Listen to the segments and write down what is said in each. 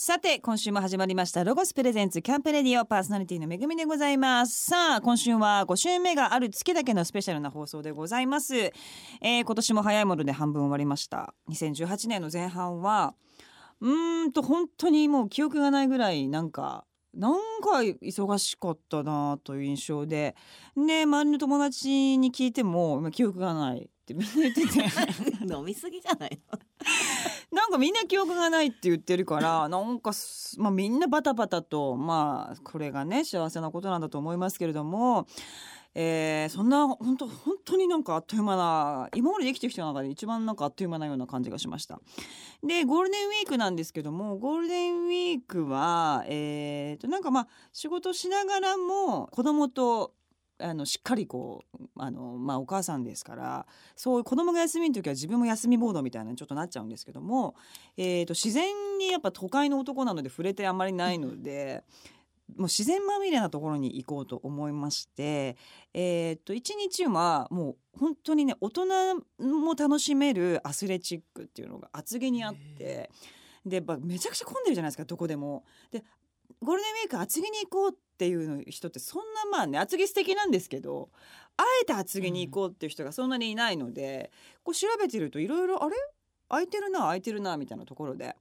さて今週も始まりましたロゴスプレゼンツキャンプレディオ、パーソナリティのめぐみでございます。さあ今週は5週目がある月だけのスペシャルな放送でございます。今年も早いもので半分終わりました。2018年の前半は本当にもう記憶がないぐらいなんか忙しかったなという印象で、周りの友達に聞いても今記憶がないってみんな言ってて飲みすぎじゃないのなんかみんな記憶がないって言ってるからなんか、みんなバタバタとこれがね幸せなことなんだと思いますけれども、そんな本当になんかあっという間な、今まで生きてきた中で一番なんかあっという間なような感じがしました。でゴールデンウィークなんですけども、ゴールデンウィークは仕事しながらも子供としっかりこうお母さんですから、そういう子供が休みの時は自分も休みモードみたいなにちょっとなっちゃうんですけども、自然にやっぱ都会の男なので触れてあんまりないのでもう自然まみれなところに行こうと思いまして、一日はもう本当にね大人も楽しめるアスレチックっていうのが厚木にあって、でめちゃくちゃ混んでるじゃないですか、どこでも。でゴールデンウィーク厚木に行こうっていう人ってそんな厚木素敵なんですけど、あえて厚木に行こうっていう人がそんなにいないので、こう調べてるといろいろ空いてるなみたいなところで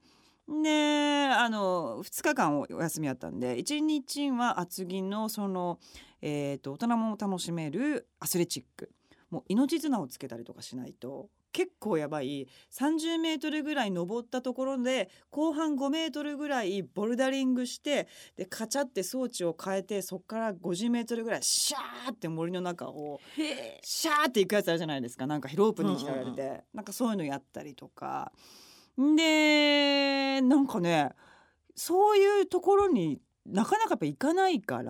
2日間お休みやったんで、1日は厚木の大人も楽しめるアスレチック、もう命綱をつけたりとかしないと結構やばい30メートルぐらい登ったところで後半5メートルぐらいボルダリングして、でカチャって装置を変えてそこから50メートルぐらいシャーって森の中をシャーって行くやつあるじゃないですか、なんかロープに引っ張られて、なんかそういうのやったりとかで、なんかねそういうところになかなかやっぱ行かないから、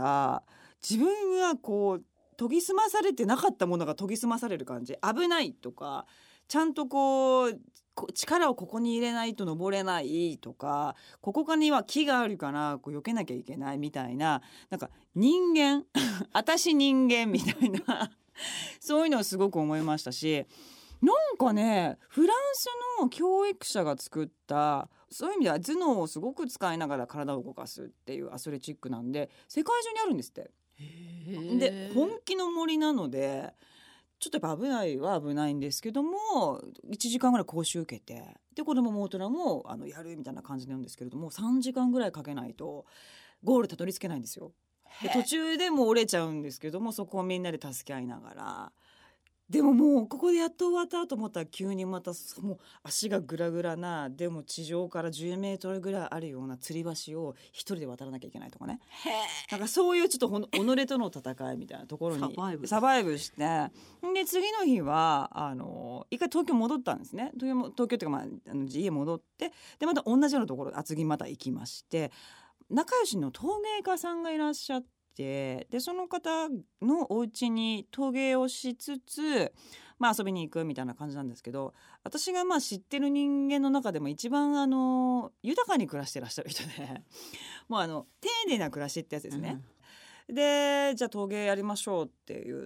自分がこう研ぎ澄まされてなかったものが研ぎ澄まされる感じ、危ないとかちゃんと力をここに入れないと登れないとか、ここには木があるから避けなきゃいけないみたいな、なんか人間私人間みたいなそういうのをすごく思いましたし、なんかねフランスの教育者が作ったそういう意味では頭脳をすごく使いながら体を動かすっていうアスレチックなんで世界中にあるんですって。で本気の森なのでちょっとやっぱ危ないは危ないんですけども、1時間ぐらい講習受けて、で子供も大人もやるみたいな感じなんですけれども、3時間ぐらいかけないとゴールたどり着けないんですよ。で途中でもう折れちゃうんですけども、そこをみんなで助け合いながら、でももうここでやっと終わったと思ったら急にまたもう足がグラグラな、でも地上から10メートルぐらいあるような吊り橋を一人で渡らなきゃいけないとかね、なんかそういうちょっと己との戦いみたいなところにサバイブして、で次の日は一回東京戻ったんですね。東京っていうか、家戻って、でまた同じようなところ厚木また行きまして、仲良しの陶芸家さんがいらっしゃって、でその方のお家に陶芸をしつつ、遊びに行くみたいな感じなんですけど、私が知ってる人間の中でも一番豊かに暮らしてらっしゃる人でもう丁寧な暮らしってやつですね、でじゃあ陶芸やりましょうって言って、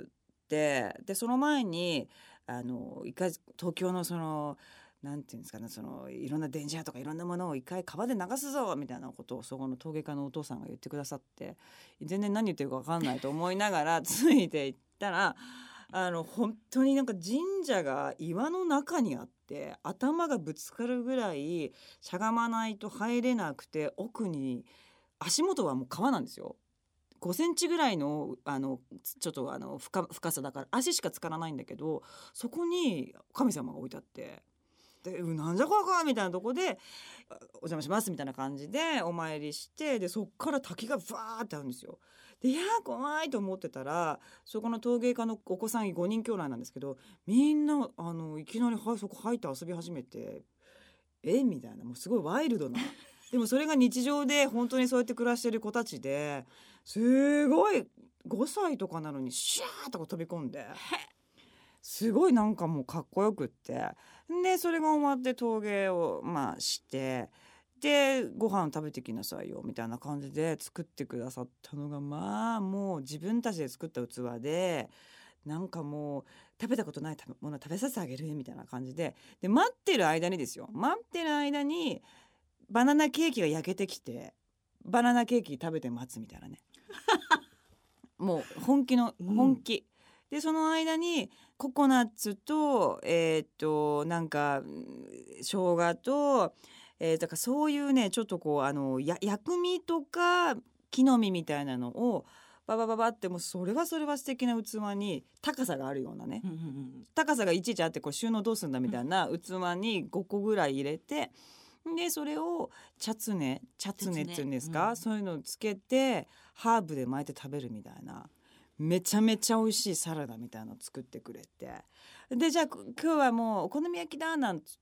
でその前に一回東京のなんていうんですかね、いろんな電車とかいろんなものを一回川で流すぞみたいなことをそこの陶芸家のお父さんが言ってくださって、全然何言ってるか分かんないと思いながらついていったら本当になんか神社が岩の中にあって、頭がぶつかるぐらいしゃがまないと入れなくて、奥に足元はもう川なんですよ。5センチぐらいのちょっと深さだから足しか浸からないんだけど、そこに神様が置いてあって、でなんじゃこらみたいなとこでお邪魔しますみたいな感じでお参りして、でそっから滝がバーってあるんですよ。で怖いと思ってたら、そこの陶芸家のお子さん5人兄弟なんですけど、みんないきなりそこ入って遊び始めて、みたいな、もうすごいワイルドなでもそれが日常で本当にそうやって暮らしてる子たちで、すごい5歳とかなのにシャーとか飛び込んで、すごいなんかもうかっこよくって、でそれが終わって陶芸をして、でご飯食べてきなさいよみたいな感じで作ってくださったのが、もう自分たちで作った器で、なんかもう食べたことないもの食べさせてあげるみたいな感じで、待ってる間にバナナケーキが焼けてきてバナナケーキ食べて待つみたいなねもう本気の本気、でその間にココナッツとなんか生姜と、だからそういうねちょっとこう薬味とか木の実みたいなのをババババってもうそれは素敵な器に高さがあるようなね、高さがいちいちあってこれ収納どうすんだみたいな器に5個ぐらい入れて、でそれをチャツネっていうんですか、そういうのをつけてハーブで巻いて食べるみたいなめちゃめちゃ美味しいサラダみたいなのを作ってくれて、でじゃあ今日はもうお好み焼きだなんつって、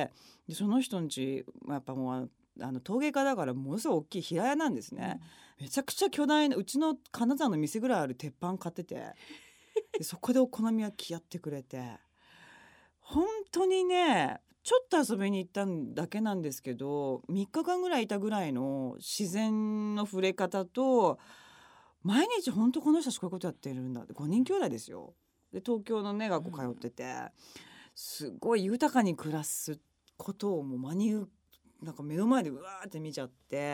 でその人んちやっぱもう陶芸家だからものすごい大きい平屋なんですね、めちゃくちゃ巨大なうちの金沢の店ぐらいある鉄板買っててでそこでお好み焼きやってくれて、本当にねちょっと遊びに行っただけなんですけど3日間ぐらいいたぐらいの自然の触れ方と、毎日本当この人たちこういうことやってるんだって、5人兄弟ですよ。で東京のね学校通ってて、すごい豊かに暮らすことをもうなんか目の前でうわーって見ちゃって、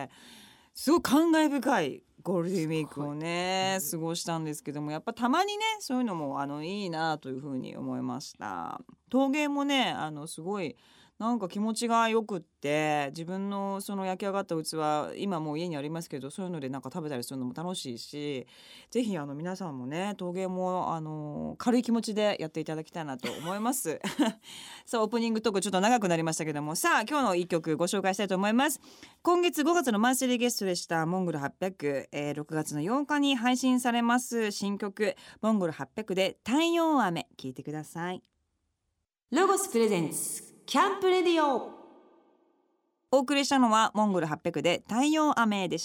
すごい感慨深いゴールデンウィークをね過ごしたんですけども、やっぱたまにねそういうのもいいなというふうに思いました。陶芸もねすごいなんか気持ちがよくって、自分のその焼き上がった器今もう家にありますけど、そういうのでなんか食べたりするのも楽しいし、ぜひ皆さんもね陶芸も軽い気持ちでやっていただきたいなと思いますさあオープニングトークちょっと長くなりましたけども、さあ今日の一曲ご紹介したいと思います。今月5月のマンスリーゲストでしたモンゴル800、6月の8日に配信されます新曲モンゴル800で太陽飴、聴いてください。ロゴスプレゼンツキャンプレディオ、お送りしたのはモンゴル800で太陽飴でした。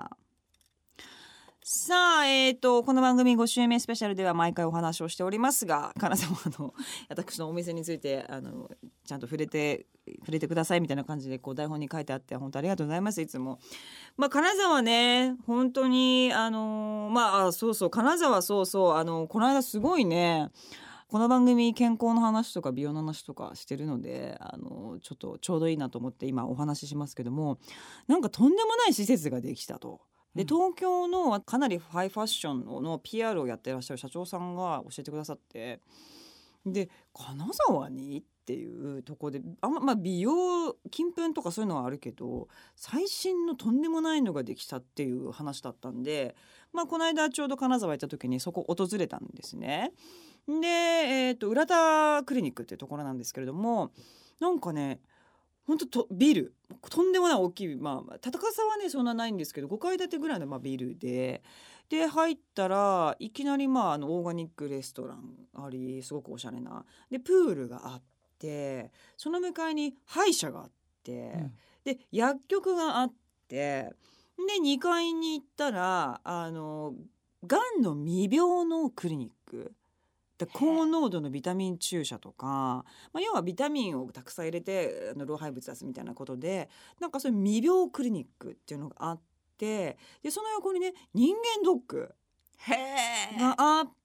さあ、この番組5週目スペシャルでは毎回お話をしておりますが、金沢私のお店についてちゃんと触れてくださいみたいな感じでこう台本に書いてあって、本当ありがとうございます。いつも金沢ね本当にそうそう金沢そうそうこの間すごいね、この番組健康の話とか美容の話とかしてるのでちょっとちょうどいいなと思って今お話ししますけども、なんかとんでもない施設ができたと。で東京のかなりハイファッションの PR をやってらっしゃる社長さんが教えてくださって、で金沢にっていうところで美容金粉とかそういうのはあるけど最新のとんでもないのができたっていう話だったんで、この間ちょうど金沢行った時にそこ訪れたんですね。で、浦田クリニックっていうところなんですけれども、なんかね本当とビルとんでもない大きい、高さはねそんなないんですけど5階建てぐらいのビルで入ったらいきなりオーガニックレストランあり、すごくおしゃれなでプールがあって、その向かいに歯医者があって、で薬局があって、で2階に行ったらがんの未病のクリニックで高濃度のビタミン注射とか、要はビタミンをたくさん入れて老廃物出すみたいなことで、なんかそういう未病クリニックっていうのがあって、でその横にね人間ドックがあって、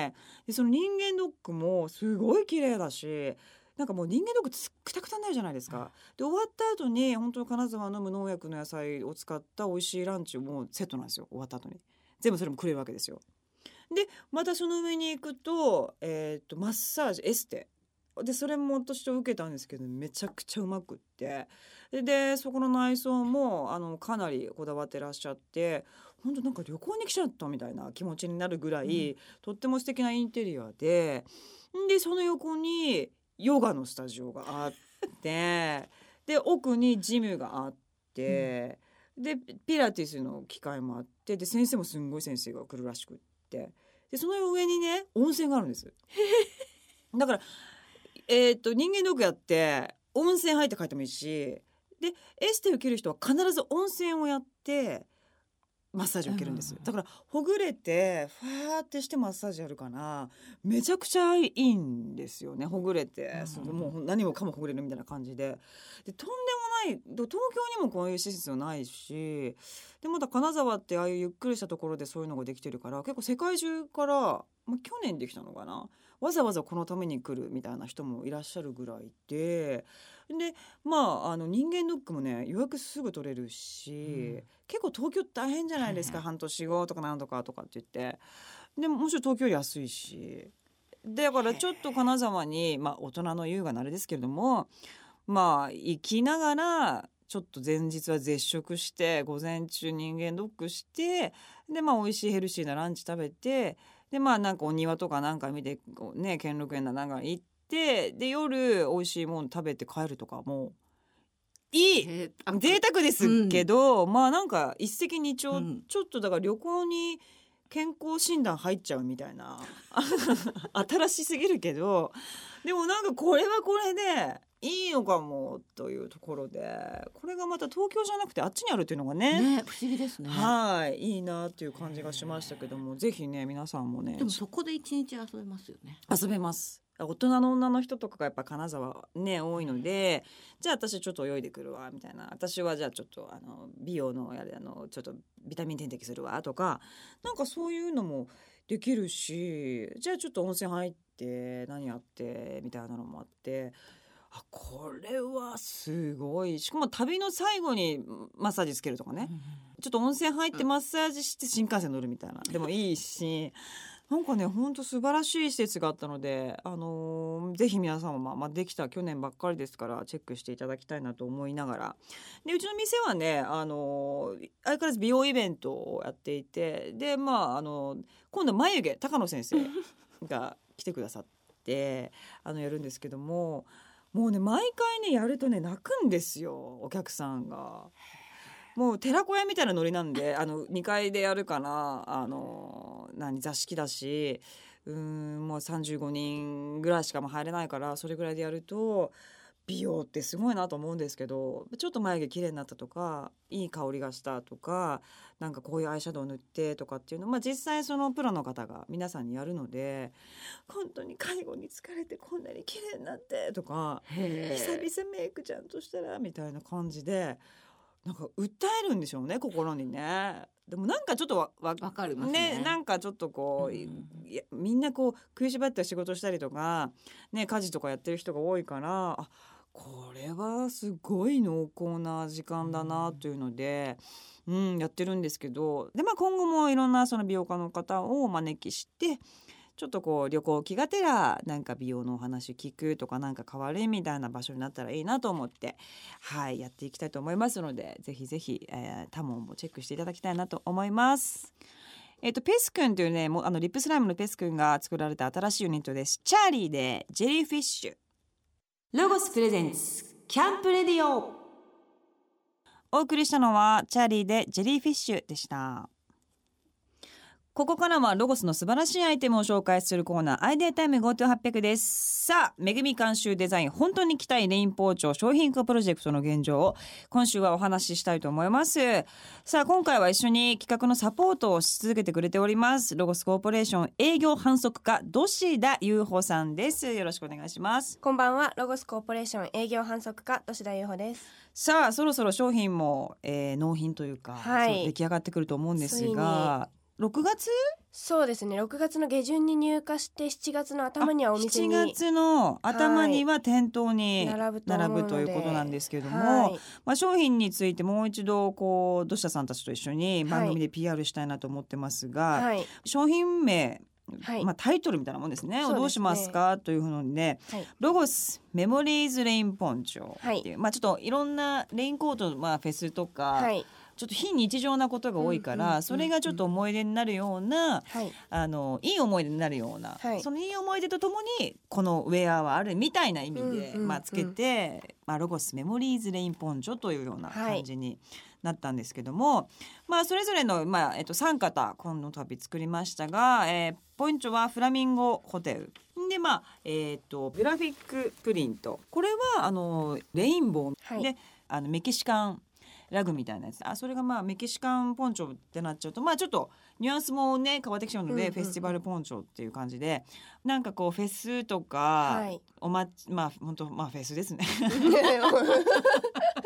でその人間ドックもすごい綺麗だし、なんかもう人間ドックってくたくたになるじゃないですか。で終わった後に本当に金沢の無農薬の野菜を使った美味しいランチもセットなんですよ。終わった後に全部それもくれるわけですよ。でまたその上に行くと、マッサージエステでそれも私と受けたんですけどめちゃくちゃうまくって、でそこの内装もかなりこだわってらっしゃって、本当なんか旅行に来ちゃったみたいな気持ちになるぐらい、とっても素敵なインテリアでその横にヨガのスタジオがあってで奥にジムがあって、でピラティスの機械もあって、で先生もすんごい先生が来るらしくって、でその上にね温泉があるんですだから人間ドックやって温泉入って帰ってもいいし、でエステ受ける人は必ず温泉をやってマッサージを受けるんです。だからほぐれてファーってしてマッサージやるかな、めちゃくちゃいいんですよね。ほぐれてもう何もかもほぐれるみたいな感じで、とんでもない東京にもこういう施設はないし、でまた金沢ってああいうゆっくりしたところでそういうのができてるから、結構世界中から、去年できたのかな、 わざわざこのために来るみたいな人もいらっしゃるぐらいで、人間ドックもね予約すぐ取れるし、結構東京大変じゃないですか、半年後とかなんとかとかって言って、でももちろん東京より安いし、だからちょっと金沢に、大人の優雅なあれですけれども、行きながらちょっと前日は絶食して午前中人間ドックして、で美味しいヘルシーなランチ食べて、でなんかお庭とかなんか見てこうね、兼六園なんか行って、で夜美味しいもの食べて帰るとかもいい贅沢ですけど、なんか一石二鳥、ちょっとだから旅行に健康診断入っちゃうみたいな新しすぎるけど、でもなんかこれはこれでいいのかもというところで、これがまた東京じゃなくてあっちにあるっていうのがね不思議ですね。 いいなっていう感じがしましたけども、ぜひね皆さんもね。 でもそこで一日遊べますよね。 遊べます。大人の女の人とかがやっぱ金沢ね多いので、じゃあ私ちょっと泳いでくるわみたいな、私はじゃあちょっと美容のちょっとビタミン点滴するわとか、なんかそういうのもできるし、じゃあちょっと温泉入って何やってみたいなのもあって、これはすごい。しかも旅の最後にマッサージつけるとかね、ちょっと温泉入ってマッサージして新幹線乗るみたいなでもいいし、なんかねほんと素晴らしい施設があったので、ぜひ皆さんも、できた去年ばっかりですからチェックしていただきたいなと思いながら、でうちの店はね、相変わらず美容イベントをやっていて、で今度眉毛高野先生が来てくださってやるんですけども、もうね毎回ねやるとね泣くんですよ、お客さんが。もう寺子屋みたいなノリなんで、2階でやるかな、座敷だし、もう35人ぐらいしかも入れないから、それぐらいでやると美容ってすごいなと思うんですけど、ちょっと眉毛綺麗になったとか、いい香りがしたとか、なんかこういうアイシャドウ塗ってとかっていうの、実際そのプロの方が皆さんにやるので、本当に介護に疲れてこんなに綺麗になってとか、久々メイクちゃんとしたらみたいな感じで、なんか訴えるんでしょうね、心にね。でもなんかちょっとわかりますね。 なんかちょっとこう、みんなこう食いしばって仕事したりとかね、家事とかやってる人が多いから、これはすごい濃厚な時間だなというので、やってるんですけど、で今後もいろんなその美容家の方をお招きして、ちょっとこう旅行気がてらなんか美容のお話聞くとか、なんか変わるみたいな場所になったらいいなと思って、やっていきたいと思いますので、ぜひぜひ、他門もチェックしていただきたいなと思います。ペス君というね、もうリップスライムのペス君が作られた新しいユニットです。チャーリーでジェリーフィッシュ。ロゴスプレゼンツキャンプレディオ。お送りしたのはチャーリーでジェリーフィッシュでした。ここからはロゴスの素晴らしいアイテムを紹介するコーナー、アイデアタイム GoTo800 です。さあ、めぐみ監修デザイン、本当に着たいレインポーチョ商品化プロジェクトの現状を今週はお話ししたいと思います。さあ、今回は一緒に企画のサポートをし続けてくれておりますロゴスコーポレーション営業販促課土田裕穂さんです。よろしくお願いします。 こんばんは。ロゴスコーポレーション営業販促課土田裕穂です。 さあ、そろそろ商品も、納品というか、出来上がってくると思うんですが、6月？ そうですね、6月の下旬に入荷して7月の頭にはお店に、 7月の頭には店頭に並ぶということなんですけれども、商品についてもう一度こう土下さんたちと一緒に番組で PR したいなと思ってますが、商品名、タイトルみたいなもんですね、をどうしますかというふうにね、ロゴスメモリーズレインポンチョっていう、ちょっといろんなレインコート、フェスとか、ちょっと非日常なことが多いから、それがちょっと思い出になるような、いい思い出になるような、そのいい思い出とともにこのウェアはあるみたいな意味で、つけて、ロゴスメモリーズレインポンチョというような感じになったんですけども、それぞれの、3型今度度作りましたが、ポイントはフラミンゴホテルで、グラフィックプリント、これはレインボーで、メキシカンラグみたいなやつ、それがメキシカンポンチョってなっちゃうと、ちょっとニュアンスもね変わってきちゃうので、フェスティバルポンチョっていう感じで、なんかこうフェスとか、本当フェスですね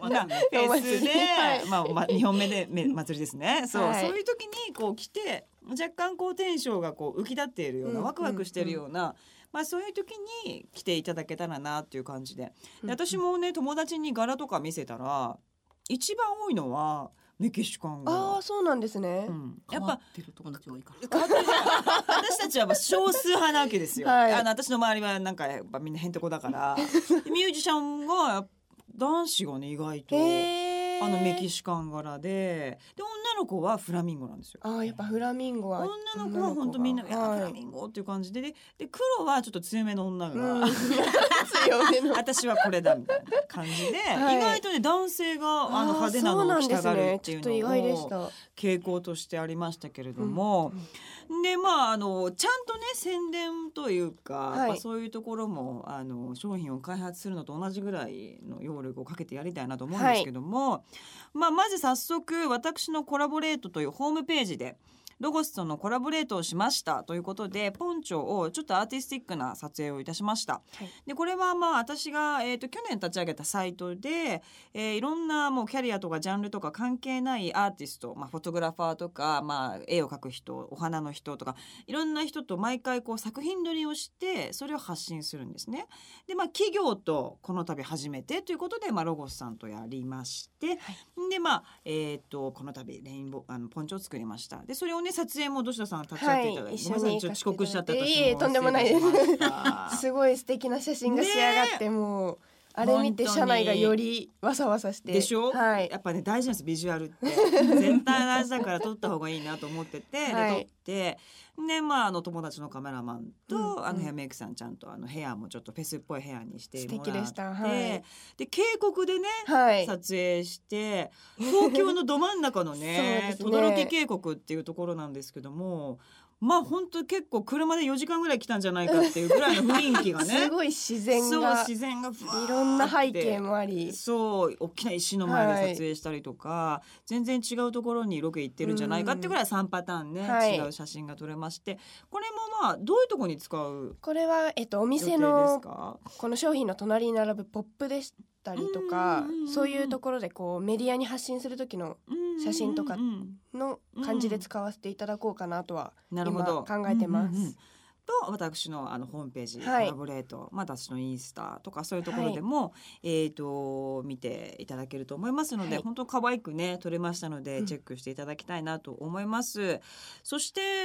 なフェスで、 はい 2本目で祭りですね。そう、 はいそういう時にこう来て若干こうテンションがこう浮き立っているような、ワクワクしているような、そういう時に来ていただけたらなっていう感じで、私もね友達に柄とか見せたら一番多いのはメキシカン柄。 そうなんですね。 やっぱ変わってる友達多いから。 変わってる私たちは少数派なわけですよ。 はい私の周りはなんかやっぱみんなへんてこだからミュージシャンが男子がね意外とメキシカン柄で女の子はフラミンゴなんですよ。 やっぱフラミンゴは女の子は本当みんな、フラミンゴっていう感じで黒はちょっと強めの女が、 強めの私はこれだみたいな感じで、意外とね男性が派手なのを着たがるっていうのちょっと意外でしをた。 傾向としてありましたけれども、でちゃんとね宣伝というか、やっぱそういうところも商品を開発するのと同じぐらいの揚力をかけてやりたいなと思うんですけども、まず早速私のコラボレートというホームページでロゴスとのコラボレートをしましたということでポンチョをちょっとアーティスティックな撮影をいたしました。でこれは私が、去年立ち上げたサイトで、いろんなもうキャリアとかジャンルとか関係ないアーティスト、フォトグラファーとか、絵を描く人、お花の人とかいろんな人と毎回こう作品撮りをしてそれを発信するんですね。で企業とこの度初めてということで、ロゴスさんとやりまして、でこの度レインボーポンチョを作りました。でそれをね撮影も土田さん立ち会っていただいて、 一緒にごめんなさいちょっと遅刻しちゃっていえとんでもないですすごい素敵な写真が仕上がって、もうあれ見て社内がよりわさわさしてでしょ、 はい、 やっぱね大事なんですビジュアルって絶対大事だから撮った方がいいなと思ってて、で撮ってで友達のカメラマンと、ヘアメイクさんちゃんとヘアもちょっとフェスっぽいヘアにしてもらって、 素敵でした、 で渓谷でね、撮影して東京のど真ん中のね轟渓谷っていうところなんですけども、本当結構車で4時間ぐらい来たんじゃないかっていうぐらいの雰囲気がねすごい自然が自然がいろんな背景もあり、 そう大きな石の前で撮影したりとか、全然違うところにロケ行ってるんじゃないかってぐらい3パターンね、違う写真が撮れまして、これもどういうところに使う？ これは、お店のこの商品の隣に並ぶポップでしたりとか、そういうところでこうメディアに発信する時の写真とかの感じで使わせていただこうかなとは今考えてます。 と私のホームページ、コラボレート、私のインスタとかそういうところでも、見ていただけると思いますので、本当可愛くね撮れましたので、チェックしていただきたいなと思います。そして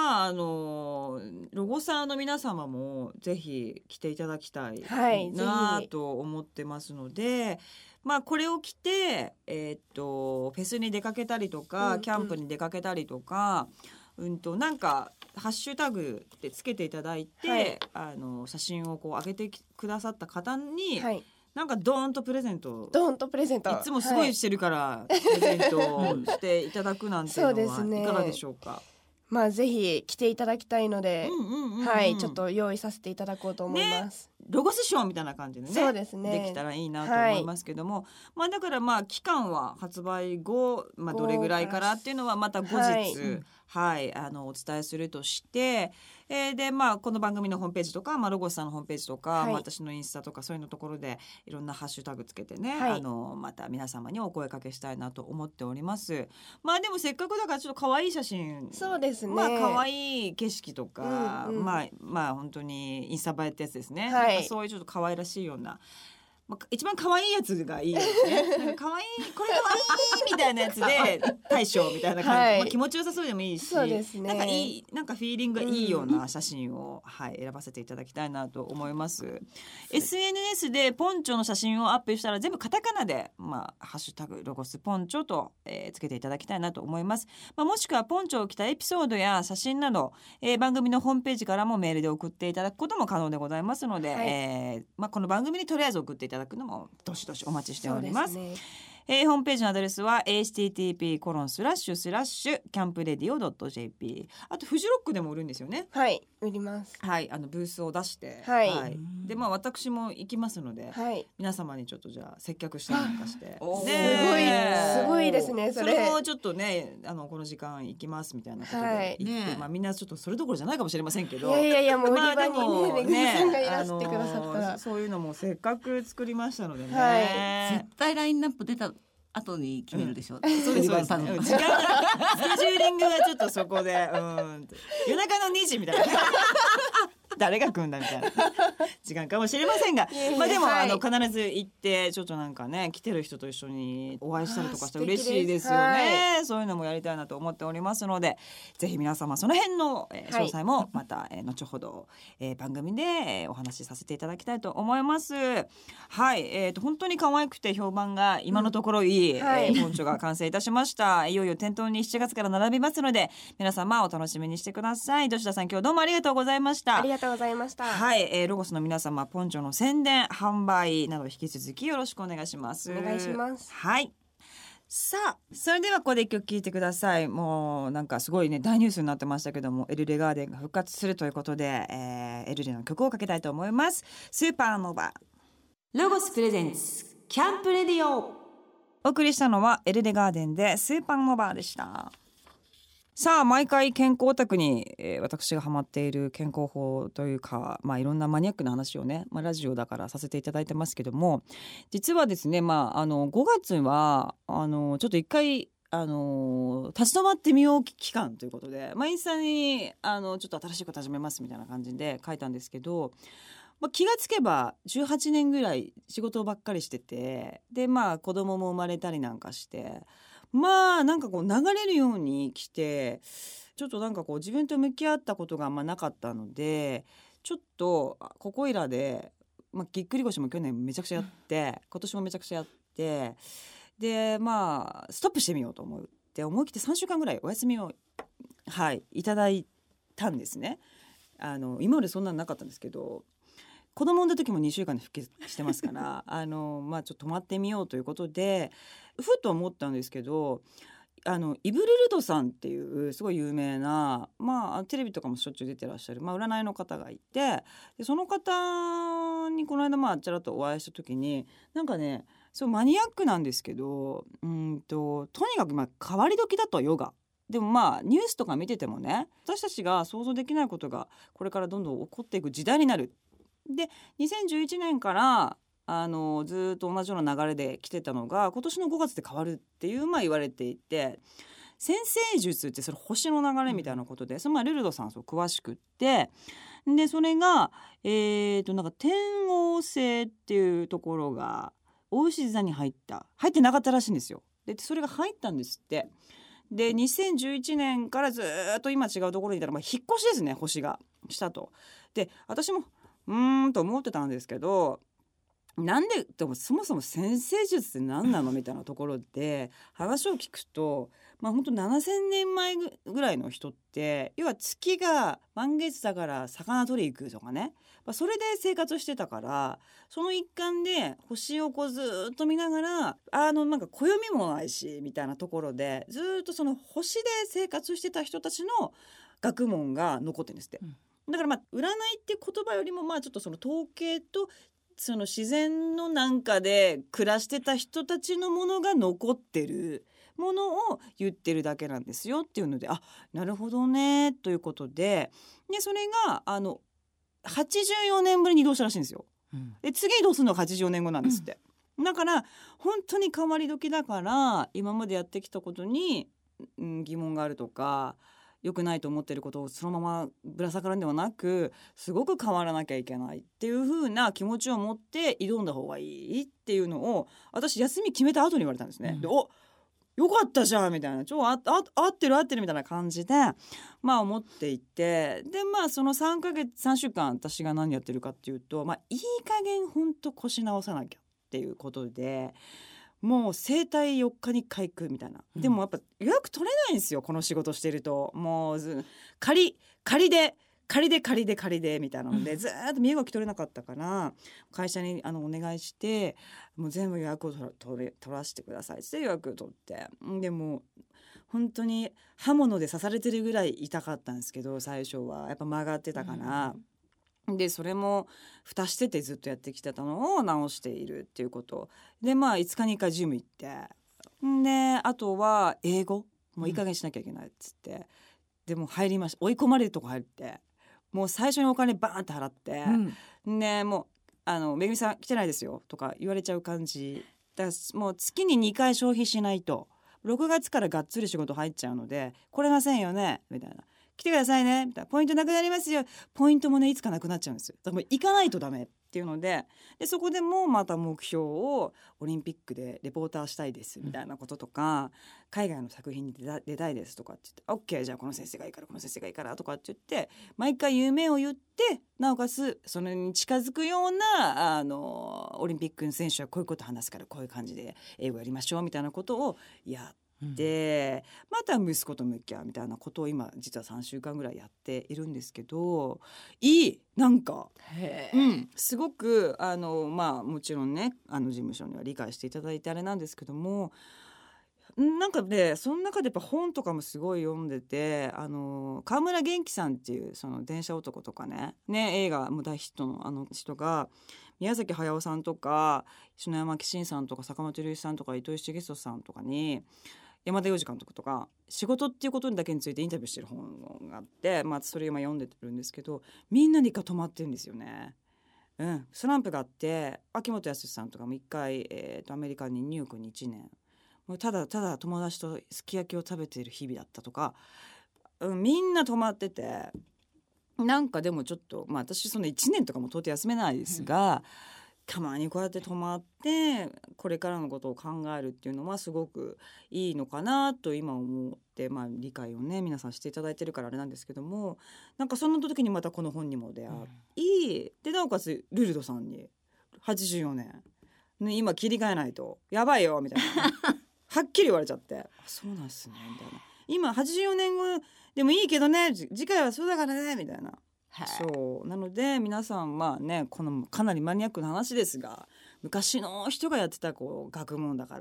ロゴサーの皆様もぜひ来ていただきたいなと思ってますので、これを着て、フェスに出かけたりとか、キャンプに出かけたりとか、なんかハッシュタグでつけていただいて、写真をこう上げてくださった方に、なんかドーンとプレゼントいつもすごいしてるから、プレゼントをしていただくなんていうのはいかがでしょうか？ ぜひ来ていただきたいので、ちょっと用意させていただこうと思います。 ロゴスショーみたいな感じでね、 そうですね、 できたらいいなと思いますけども、だから期間は発売後、どれぐらいからっていうのはまた後日、お伝えするとして、でこの番組のホームページとか、ロゴスさんのホームページとか、私のインスタとかそういうのところでいろんなハッシュタグつけてね、また皆様にお声かけしたいなと思っております。でもせっかくだからちょっと可愛い写真、 そうですね、 可愛い景色とか、本当にインスタ映えってやつですね、そういうちょっと可愛らしいような、一番可愛いやつがいいよね。なんか可愛い、これ可愛いみたいなやつで大賞みたいな感じ、気持ちよさそうでもいいし、 そうですね、 なんかフィーリングがいいような写真を、選ばせていただきたいなと思います。SNS でポンチョの写真をアップしたら全部カタカナで、ハッシュタグロゴスポンチョと、つけていただきたいなと思います。もしくはポンチョを着たエピソードや写真など、番組のホームページからもメールで送っていただくことも可能でございますので、この番組にとりあえず送っていただくのもどしどしお待ちしております。ホームページのアドレスは http://campradio.jp。 あとフジロックでも売るんですよね。 売ります。 ブースを出して、で私も行きますので、皆様にちょっとじゃあ接客したりなんかして、 すごいですですねそれ。 それもちょっとねこの時間行きますみたいなことで行って、 はいねみんなちょっとそれどころじゃないかもしれませんけど、 いやもう売り場でにねめぐみさんがいらしてくださったら、 そういうのもせっかく作りましたのでね、 はい絶対ラインナップ出た後に決めるでしょ、 そうですそうです、 多分時間がスケジューリングはちょっとそこで夜中の2時みたいな誰が来んだみたいな時間かもしれませんが、まあでも、 はい必ず行ってちょっとなんかね来てる人と一緒にお会いしたりとかしたら嬉しいですよはね、そういうのもやりたいなと思っておりますので、ぜひ皆様その辺の、詳細もまた、後ほど、番組で、お話しさせていただきたいと思います。はい、本当に可愛くて評判が今のところいい、 はいポンチョが完成いたしました。いよいよ店頭に7月から並びますので皆様お楽しみにしてください。土田さん今日どうもありがとうございました。 ありがとうございました。 はい、ロゴスの皆様ポンチョの宣伝販売など引き続きよろしくお願いします。 お願いします。 はい、さあそれではここで一曲聴いてください。もうなんかすごいね大ニュースになってましたけどもエルレガーデンが復活するということで、エルレの曲をかけたいと思います。スーパーノーバーロゴスプレゼンツキャンプレディオ、お送りしたのはエルレガーデンでスーパーノーバーでした。さあ毎回健康オタクに、私がハマっている健康法というか、いろんなマニアックな話をね、ラジオだからさせていただいてますけども、実はですね、5月はちょっと一回立ち止まってみよう期間ということで、インスタにちょっと新しいこと始めますみたいな感じで書いたんですけど、気がつけば18年ぐらい仕事ばっかりしてて、で子供も生まれたりなんかしてなんかこう流れるように来て、ちょっとなんかこう自分と向き合ったことがあんまなかったので、ちょっとここいらで、ぎっくり腰も去年めちゃくちゃやって今年もめちゃくちゃやって、でストップしてみようと思って思い切って3週間ぐらいお休みをいただいたんですね。今までそんなのなかったんですけど、子供産んだ時も2週間で復帰してますからちょっと止まってみようということでふと思ったんですけど、イブルルドさんっていうすごい有名な、テレビとかもしょっちゅう出てらっしゃる、占いの方がいて、でその方にこの間ちらっとお会いした時になんかね、そうマニアックなんですけどとにかく変わり時だとヨガでもニュースとか見ててもね、私たちが想像できないことがこれからどんどん起こっていく時代になる。で2011年からずっと同じような流れで来てたのが今年の5月で変わるっていう言われていて、占星術ってそれ星の流れみたいなことで、そのルルドさんそう詳しくって、でそれがなんか天王星っていうところが牡牛座に入ってなかったらしいんですよ。でそれが入ったんですって。で2011年からずっと今違うところにいたら、引っ越しですね、星がしたと。で私もと思ってたんですけど、なんででもそもそも占星術って何なのみたいなところで話を聞くと、本当7000年前ぐらいの人って、要は月が満月だから魚取り行くとかね、それで生活してたから、その一環で星をこうずっと見ながらなんか暦もないしみたいなところでずっとその星で生活してた人たちの学問が残ってるんですって。だから占いって言葉よりもちょっとその統計とその自然のなんかで暮らしてた人たちのものが残ってるものを言ってるだけなんですよっていうので、なるほどねということで、それが84年ぶりに移動したらしいんですよ。で次移動するのが84年後なんですって。だから本当に変わり時だから、今までやってきたことに、疑問があるとか良くないと思っていることをそのままぶら下がるんではなく、すごく変わらなきゃいけないっていう風な気持ちを持って挑んだ方がいいっていうのを私休み決めた後に言われたんですね。でよかったじゃんみたいな、合ってるみたいな感じで思っていて、でその3週間私が何やってるかっていうと、いい加減ほんと腰直さなきゃっていうことで、もう整体4日に1回行くみたいな。でもやっぱ予約取れないんですよ、この仕事してると。もう仮でみたいなのでずっと身動き取れなかったから、会社にお願いしてもう全部予約を取らせてくださいって予約取って、でも本当に刃物で刺されてるぐらい痛かったんですけど、最初はやっぱ曲がってたから、でそれも蓋しててずっとやってきてたのを直しているっていうことで、5日に1回ジム行ってであとは英語もういい加減しなきゃいけないっつって、でも入りました。追い込まれるとこ入ってもう最初にお金バーンって払って、でもうめぐみさん来てないですよとか言われちゃう感じだから、もう月に2回消費しないと6月からがっつり仕事入っちゃうので、来れませんよねみたいな、来てくださいねみたいな、ポイントなくなりますよ、ポイントもねいつかなくなっちゃうんですよ。だからもう行かないとダメっていうので、そこでもまた目標をオリンピックでレポーターしたいですみたいなこととか、海外の作品に出たいですとかって言って OK じゃあこの先生がいいからこの先生がいいからとかって言って毎回夢を言って、なおかつそれに近づくようなオリンピックの選手はこういうこと話すからこういう感じで英語やりましょうみたいなことをやってまた息子と向き合うみたいなことを今実は3週間ぐらいやっているんですけど、なんか、すごくもちろんね事務所には理解していただいてあれなんですけども、なんかねその中でやっぱ本とかもすごい読んでて、川村元気さんっていうその電車男とかね映画も大ヒットの人が宮崎駿さんとか篠山紀信さんとか坂本龍一さんとか糸井重里さんとかに山田洋次監督とか仕事っていうことだけについてインタビューしてる本があって、それ今読んでるんですけど、みんなに一回止まってるんですよね。スランプがあって秋元康さんとかも一回、アメリカにニューヨークに1年もうただただ友達とすき焼きを食べている日々だったとか、みんな止まってて、なんかでもちょっと私その1年とかも到底休めないですが、たまにこうやって止まってこれからのことを考えるっていうのはすごくいいのかなと今思って、理解をね皆さんしていただいてるからあれなんですけども、なんかそんな時にまたこの本にも出会い、でなおかつルルドさんに84年、ね、今切り替えないとやばいよみたいなはっきり言われちゃって、そうなんですねみたいな、今84年後でもいいけどね次回はそうだからねみたいな。そうなので皆さんこのかなりマニアックな話ですが、昔の人がやってた学問だから、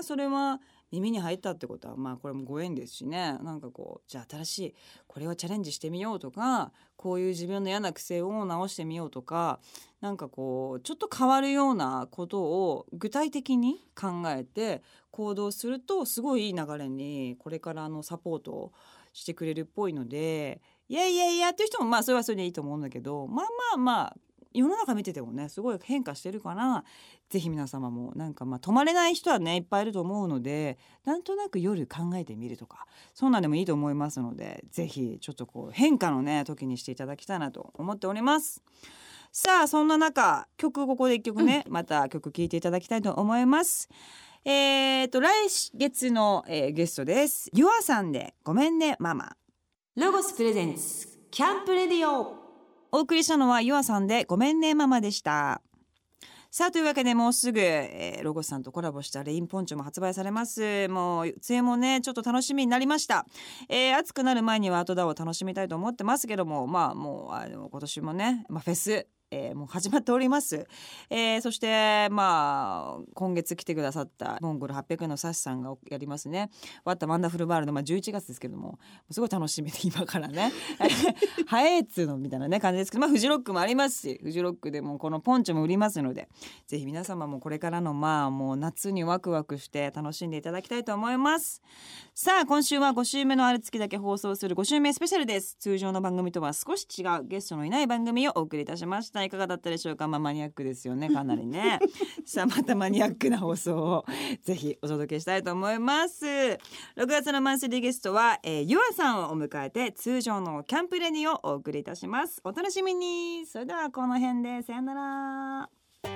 それは耳に入ったってことはこれもご縁ですしね、なんかじゃあ新しいこれをチャレンジしてみようとか、こういう自分の嫌な癖を直してみようとか、なんかちょっと変わるようなことを具体的に考えて行動するとすごいいい流れにこれからサポートをしてくれるっぽいので、いやっていう人もそれはそれでいいと思うんだけど、世の中見ててもねすごい変化してるから、ぜひ皆様もなんか止まれない人はねいっぱいいると思うので、なんとなく夜考えてみるとかそんなんでもいいと思いますので、ぜひちょっと変化のね時にしていただきたいなと思っております。さあそんな中曲ここで1曲ね、また曲聴いていただきたいと思います。来月の、ゲストです。ゆあさんでごめんねママ。ロゴスプレゼンツキャンプレディオ。お送りしたのはゆあさんでごめんねママでした。さあというわけでもうすぐ、ロゴスさんとコラボしたレインポンチョも発売されます。もう梅雨もねちょっと楽しみになりました。暑くなる前にはアウトドアを楽しみたいと思ってますけども、もう今年もね、フェスもう始まっております。そして今月来てくださったモンゴル800円のサシさんがやりますねワッタワンダフルワールド、11月ですけどもすごい楽しみで今からね早いっつうのみたいなね感じですけど、フジロックもありますし、フジロックでもこのポンチョも売りますので、ぜひ皆様もこれからのもう夏にワクワクして楽しんでいただきたいと思います。さあ今週は5週目のある月だけ放送する5週目スペシャルです。通常の番組とは少し違うゲストのいない番組をお送りいたしました。いかがだったでしょうか。マニアックですよねかなりねさあまたマニアックな放送をぜひお届けしたいと思います。6月のマンスリーゲストは、ゆあさんをお迎えて通常のキャンプレディをお送りいたします。お楽しみに。それではこの辺でさよなら。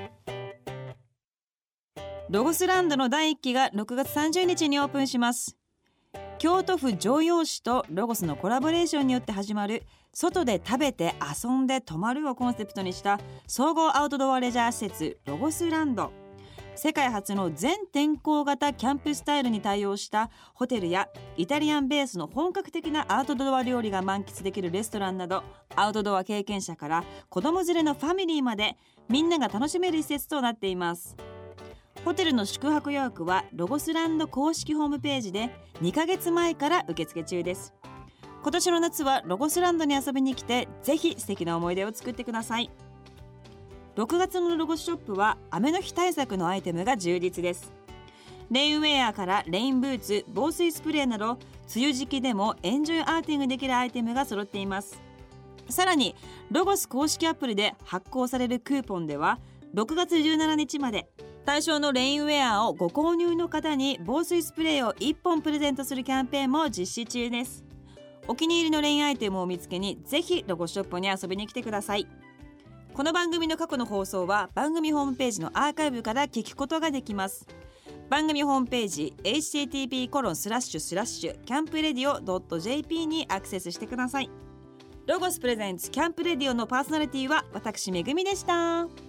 ロゴスランドの第1期が6月30日にオープンします。京都府城陽市とロゴスのコラボレーションによって始まる外で食べて遊んで泊まるをコンセプトにした総合アウトドアレジャー施設ロゴスランド。世界初の全天候型キャンプスタイルに対応したホテルやイタリアンベースの本格的なアウトドア料理が満喫できるレストランなど、アウトドア経験者から子供連れのファミリーまでみんなが楽しめる施設となっています。ホテルの宿泊予約はロゴスランド公式ホームページで2ヶ月前から受付中です。今年の夏はロゴスランドに遊びに来て、ぜひ素敵な思い出を作ってください。6月のロゴスショップは雨の日対策のアイテムが充実です。 レインウェアからレインブーツ、防水スプレーなど梅雨時期でもエンジョイアーティングできるアイテムが揃っています。さらにロゴス公式アプリで発行されるクーポンでは6月17日まで対象のレインウェアをご購入の方に防水スプレーを1本プレゼントするキャンペーンも実施中です。お気に入りのレインアイテムを見つけにぜひロゴスショップに遊びに来てください。この番組の過去の放送は番組ホームページのアーカイブから聞くことができます。番組ホームページ http://campradio.jp にアクセスしてください。ロゴスプレゼンツキャンプレディオのパーソナリティは私めぐみでした。